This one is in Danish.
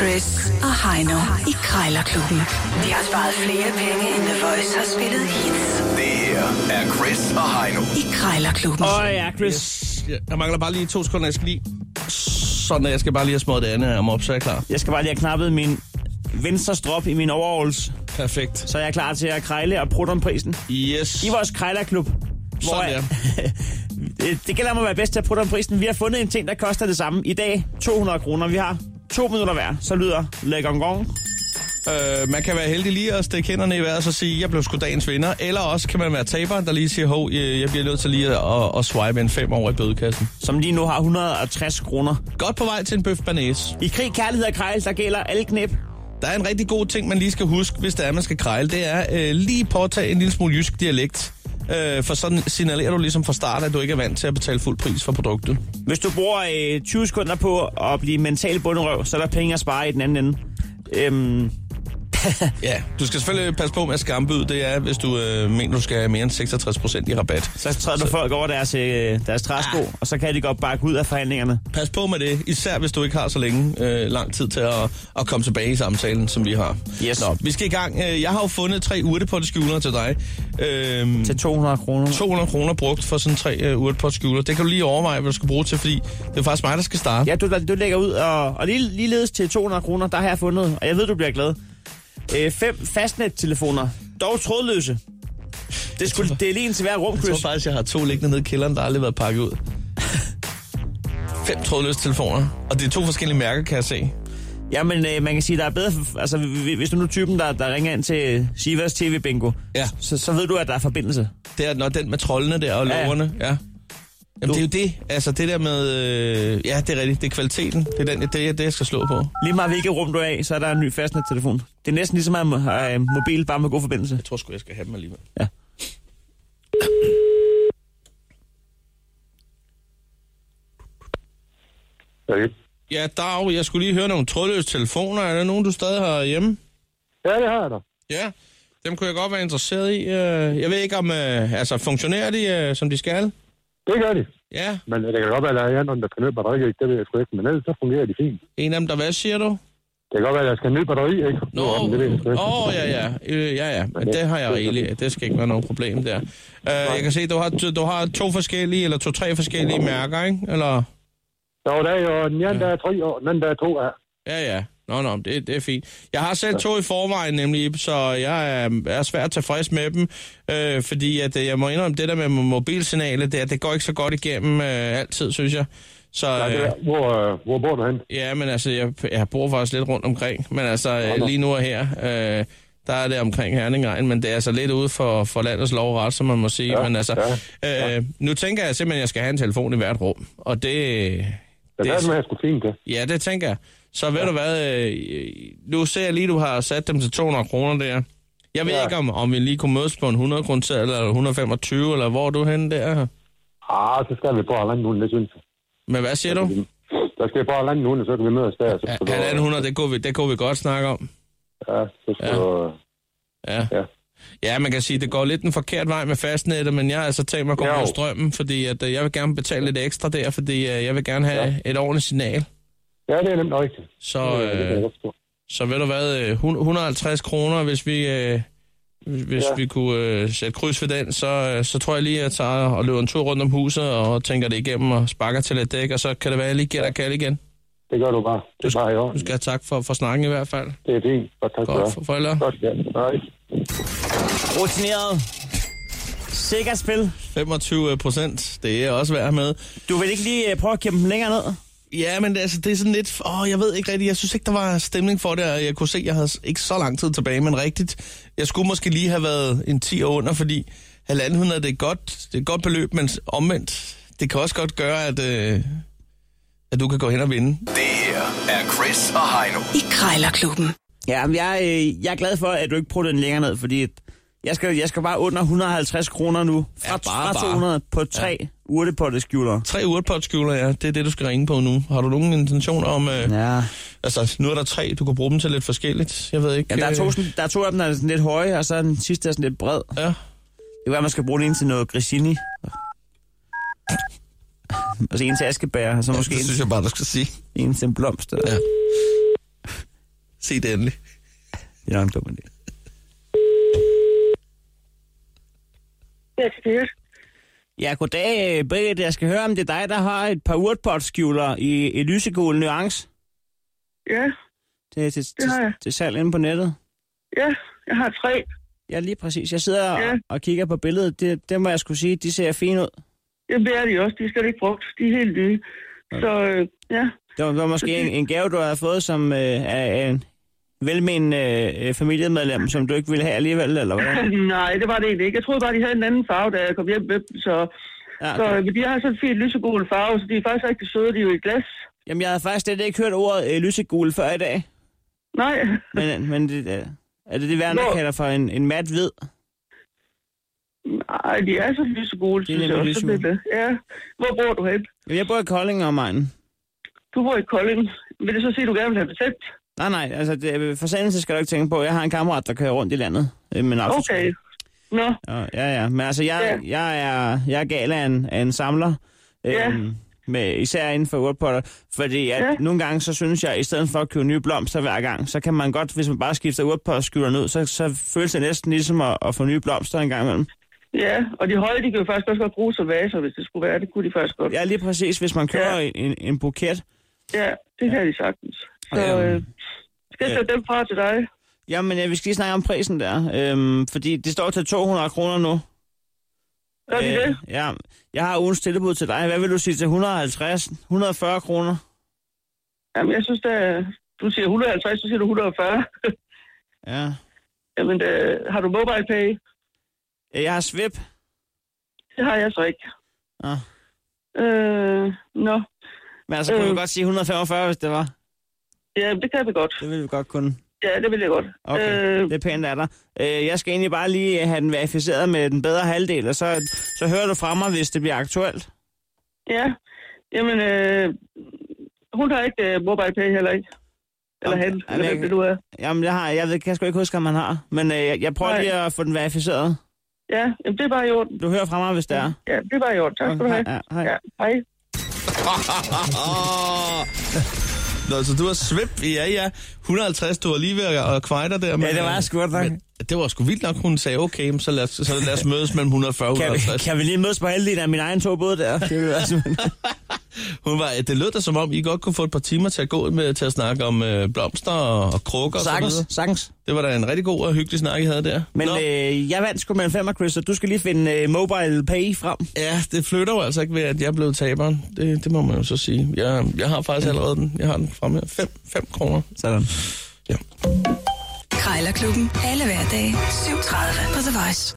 Chris og Heino i Krejlerklubben. De har sparet flere penge, end The Voice har spillet hits. Det her er Chris og Heino i Krejlerklubben. Ja, Chris. Yes. Jeg mangler bare lige 2 sekunder. Jeg skal lige... Sådan, jeg skal bare lige have smået det andet af mig op, så er jeg klar. Jeg skal bare lige have knappet min venstre strop i min overalls. Perfekt. Så er jeg klar til at krejle og prutte om prisen. Yes. I vores Krejlerklub. Sådan der. Det gælder om at være bedst til at prutte om prisen. Vi har fundet en ting, der koster det samme. I dag 200 kroner. Vi har 2 minutter hver. Så lyder le gong gong. Man kan være heldig lige at stikke hænderne i vejret og så sige, jeg blev sgu dagens vinder. Eller også kan man være taberen, der lige siger, hov, jeg bliver nødt til lige at swipe en 5 over i bødekassen. Som lige nu har 160 kroner. Godt på vej til en bøf banæs. I krig, kærlighed og krejl, der gælder alle knep. Der er en rigtig god ting, man lige skal huske, hvis det er, man skal krejle. Det er lige påtage en lille smule jysk dialekt. For sådan signalerer du ligesom fra start, at du ikke er vant til at betale fuld pris for produktet. Hvis du bruger 20 sekunder på at blive mentalt bunderøv, så er der penge at spare i den anden ende. Ja, du skal selvfølgelig passe på med at skambud. Det er, hvis du mener, du skal have mere end 66% i rabat. Så træder du folk over deres træsko, og så kan de godt bakke ud af forhandlingerne. Pas på med det, især hvis du ikke har så lang tid til at komme tilbage i samtalen, som vi har. Yes. Nå, vi skal i gang. Jeg har jo fundet 3 urtepotteskjuler til dig. Til 200 kroner. 200 kroner brugt for sådan 3 urtepotteskjuler. Det kan du lige overveje, hvad du skal bruge til, fordi det er faktisk mig, der skal starte. Ja, du lægger ud, og ligeledes til 200 kroner, der har jeg fundet, og jeg ved, du bliver glad. 5 fastnettelefoner, dog trådløse. Det er lige en til hver rum, Chris. Jeg tror faktisk, jeg har 2 liggende nede i kælderen, der aldrig været pakket ud. 5 trådløse telefoner, og det er 2 forskellige mærker, kan jeg se. Ja, men man kan sige, der er bedre... Altså, hvis du nu er typen, der ringer ind til Sivas TV-bingo, ja. så ved du, at der er forbindelse. Det er den med troldene der og lågerne, ja. Jamen, det er jo det. Altså, det der med... ja, det er rigtigt. Det er kvaliteten. Det er det, jeg skal slå på. Lige meget hvilket rum du er i, så er der en ny fastnettelefon. Det er næsten ligesom at have mobil, bare med god forbindelse. Jeg tror sgu, jeg skal have dem alligevel. Ja. Ja, Dag, jeg skulle lige høre nogle trådløse telefoner. Er der nogen, du stadig har hjemme? Ja, det har jeg da. Ja, dem kunne jeg godt være interesseret i. Jeg ved ikke, om funktionerer de, som de skal? Det gør de. Ja. Men det kan godt være, at der er andre, der skal nyde batteri, ikke? Det ved jeg sgu ikke. Men ellers så fungerer de fint. En af dem, der hvad siger du? Det kan godt være, at der skal nyde batteri, ikke? Ja. Men det har jeg rigeligt. Det skal ikke være noget problem der. Jeg kan se, du har 2 forskellige, eller 2-3 forskellige mærker, ikke? Eller... Jo, der er jo den ene, der er 3 år, den anden, der er 2 år. Ja. Nå, det er fint. Jeg har selv 2 i forvejen nemlig, så jeg er svært tilfreds med dem, fordi at jeg må indrømme, det der med mobilsignalet, det går ikke så godt igennem altid, synes jeg. Så, hvor bor du hen? Ja, men altså, jeg bor faktisk lidt rundt omkring, men altså lige nu og her, der er det omkring Herningegn, men det er altså lidt ude for landets lov og ret, som man må sige. Ja, men altså, nu tænker jeg simpelthen, at jeg skal have en telefon i hvert rum, og det er med, jeg skulle fint det. Ja, det tænker jeg. Så ved du hvad, nu ser jeg lige, du har sat dem til 200 kroner der. Jeg ved ikke, om vi lige kunne mødes på en 100 kroner eller 125, eller hvor er du henne der? Så skal vi på halvanden hunde, det synes jeg. Men hvad siger du? Der skal vi på halvanden hunde, så kan vi mødes der. Halvanden 100, det kunne vi godt snakke om. Ja, så skal du... Ja. Ja, man kan sige, at det går lidt den forkerte vej med fastnettet, men jeg har altså tænkt mig at gå på strømmen, fordi at, jeg vil gerne betale lidt ekstra der, fordi jeg vil gerne have et ordentligt signal. Ja, det er nemt rigtigt. Så ved du hvad, 150 kroner, hvis vi kunne sætte kryds for den, så tror jeg lige, at jeg tager og løber en tur rundt om huset og tænker det igennem og sparker til lidt dæk, og så kan det være, at jeg lige giver dig kald igen. Det gør du bare. Det er bare i år. Du skal have tak for snakken i hvert fald. Det er fint. Godt, tak for det. Farvel. Godt, ja. Nej. Rutineret. Sikkert spil. 25%. Det er også værd med. Du vil ikke lige prøve at kæmpe dem længere ned? Ja, men det er sådan lidt... jeg ved ikke rigtigt. Jeg synes ikke, der var stemning for det, og jeg kunne se, at jeg havde ikke så lang tid tilbage, men rigtigt. Jeg skulle måske lige have været en 10 år under, fordi 1.500, det er et godt beløb, men omvendt, det kan også godt gøre, at du kan gå hen og vinde. Det her er Chris og Heino i Krejlerklubben. Ja, men jeg er glad for, at du ikke prøver den længere ned, fordi jeg skal bare under 150 kroner nu. Fra 200 på 3 urtepotteskjuler. 3 urtepotteskjuler, ja. Det er det, du skal ringe på nu. Har du nogen intention om... Altså, nu er der 3. Du kan bruge dem til lidt forskelligt. Jeg ved ikke... Ja, der er 2 af dem, der er sådan lidt høje, og så er den sidste er sådan lidt bred. Ja. Det kan være, man skal bruge den ene til noget grissini. Og så en til askebær, og så måske... Det synes jeg bare, du skal sige. En til en blomst. Ja. Sig det endelig. Det er en dum idé. Ja, goddag, Brigitte. Jeg skal høre, om det er dig, der har et par urtpotskjuler i lysegul nuance. Ja, det har jeg. Til salg inde på nettet. Ja, jeg har 3. Ja, lige præcis. Jeg sidder og kigger på billedet. Det må jeg skulle sige, de ser fine ud. Jamen, det er de også. De skal ikke brugt. De er helt nye. Så, ja. Det var måske en gave, du havde fået, som er en velmenende familiemedlem, som du ikke ville have alligevel, eller hvad? Nej, det var det egentlig ikke. Jeg troede bare, de havde en anden farve, da jeg kom hjem med dem. Så de har sådan en fin lysegul farve, så de er faktisk rigtig søde. De er jo i glas. Jamen, jeg havde faktisk ikke hørt ordet lysegul før i dag. Nej. Men er det Werner kalder for en mat hvid? Nej, de er så lysegule, synes jeg også. Det. Ja. Hvor bor du hen? Jeg bor i Kolding om egnen. Du bor i Kolding. Vil det så sige, at du gerne vil have betalt? Nej, altså forsendelse skal du ikke tænke på. Jeg har en kammerat, der kører rundt i landet. Okay. Nå. Ja. Men altså, jeg er gal af en samler. Med, især inden for urtpotter. Fordi nogle gange, så synes jeg, i stedet for at købe nye blomster hver gang, så kan man godt, hvis man bare skifter urtpotskjulerne ud, så føles det næsten ligesom at få nye blomster en gang imellem. Ja, og de høje, de kan jo faktisk også godt bruge som vaser, hvis det skulle være. Det kunne de faktisk godt. Ja, lige præcis, hvis man køber en buket. Ja, det kan de sagtens. Så skal jeg dem fra til dig? Jamen, vi skal lige snakke om prisen der. Fordi det står til 200 kroner nu. Gør de det? Ja, jeg har ugens tilbud til dig. Hvad vil du sige til 150, 140 kroner? Jamen, jeg synes, du siger 150, så siger du 140. Ja. Jamen, har du mobile pay? Jeg har Svip. Det har jeg så ikke. Nå. Men altså, kunne vi godt sige 145, hvis det var? Ja, det kan vi godt. Det vil vi godt kunne. Ja, det vil jeg godt. Okay, det er pænt af dig. Jeg skal egentlig bare lige have den verificeret med den bedre halvdel, og så hører du fra mig, hvis det bliver aktuelt. Ja, jamen, hun har ikke mobile pay heller ikke. Eller han, eller hvem du er. Jamen, jeg kan sgu ikke huske, om han har. Men jeg prøver lige at få den verificeret. Ja, jamen, det er bare i orden. Du hører fra mig, hvis det er. Ja, det er bare i orden. Tak skal du have. Hej. Ja, hej. Nå, så du har Svip, ja. 150, du var lige ved at kveje dig der. Men, ja, det var sgu godt nok. Det var sgu vildt nok, hun sagde, okay, så lad os mødes mellem 140 og 150. Kan vi lige mødes på halvdelen af min egen 2 både der? Det vil være simpelthen. Det lød da som om, I godt kunne få et par timer til at gå med til at snakke om blomster og krukker og så videre. Sagtens. Det var da en rigtig god og hyggelig snak, I havde der. Men jeg vandt sgu med en 5'er, Chris, og du skal lige finde mobile pay frem. Ja, det flytter jo altså ikke ved, at jeg er blevet taberen. Det må man jo så sige. Jeg har faktisk allerede den. Jeg har den fremme her. 5 kroner. Sådan. Ja. Krejlerklubben. Alle hverdage. 7:30 på The Voice.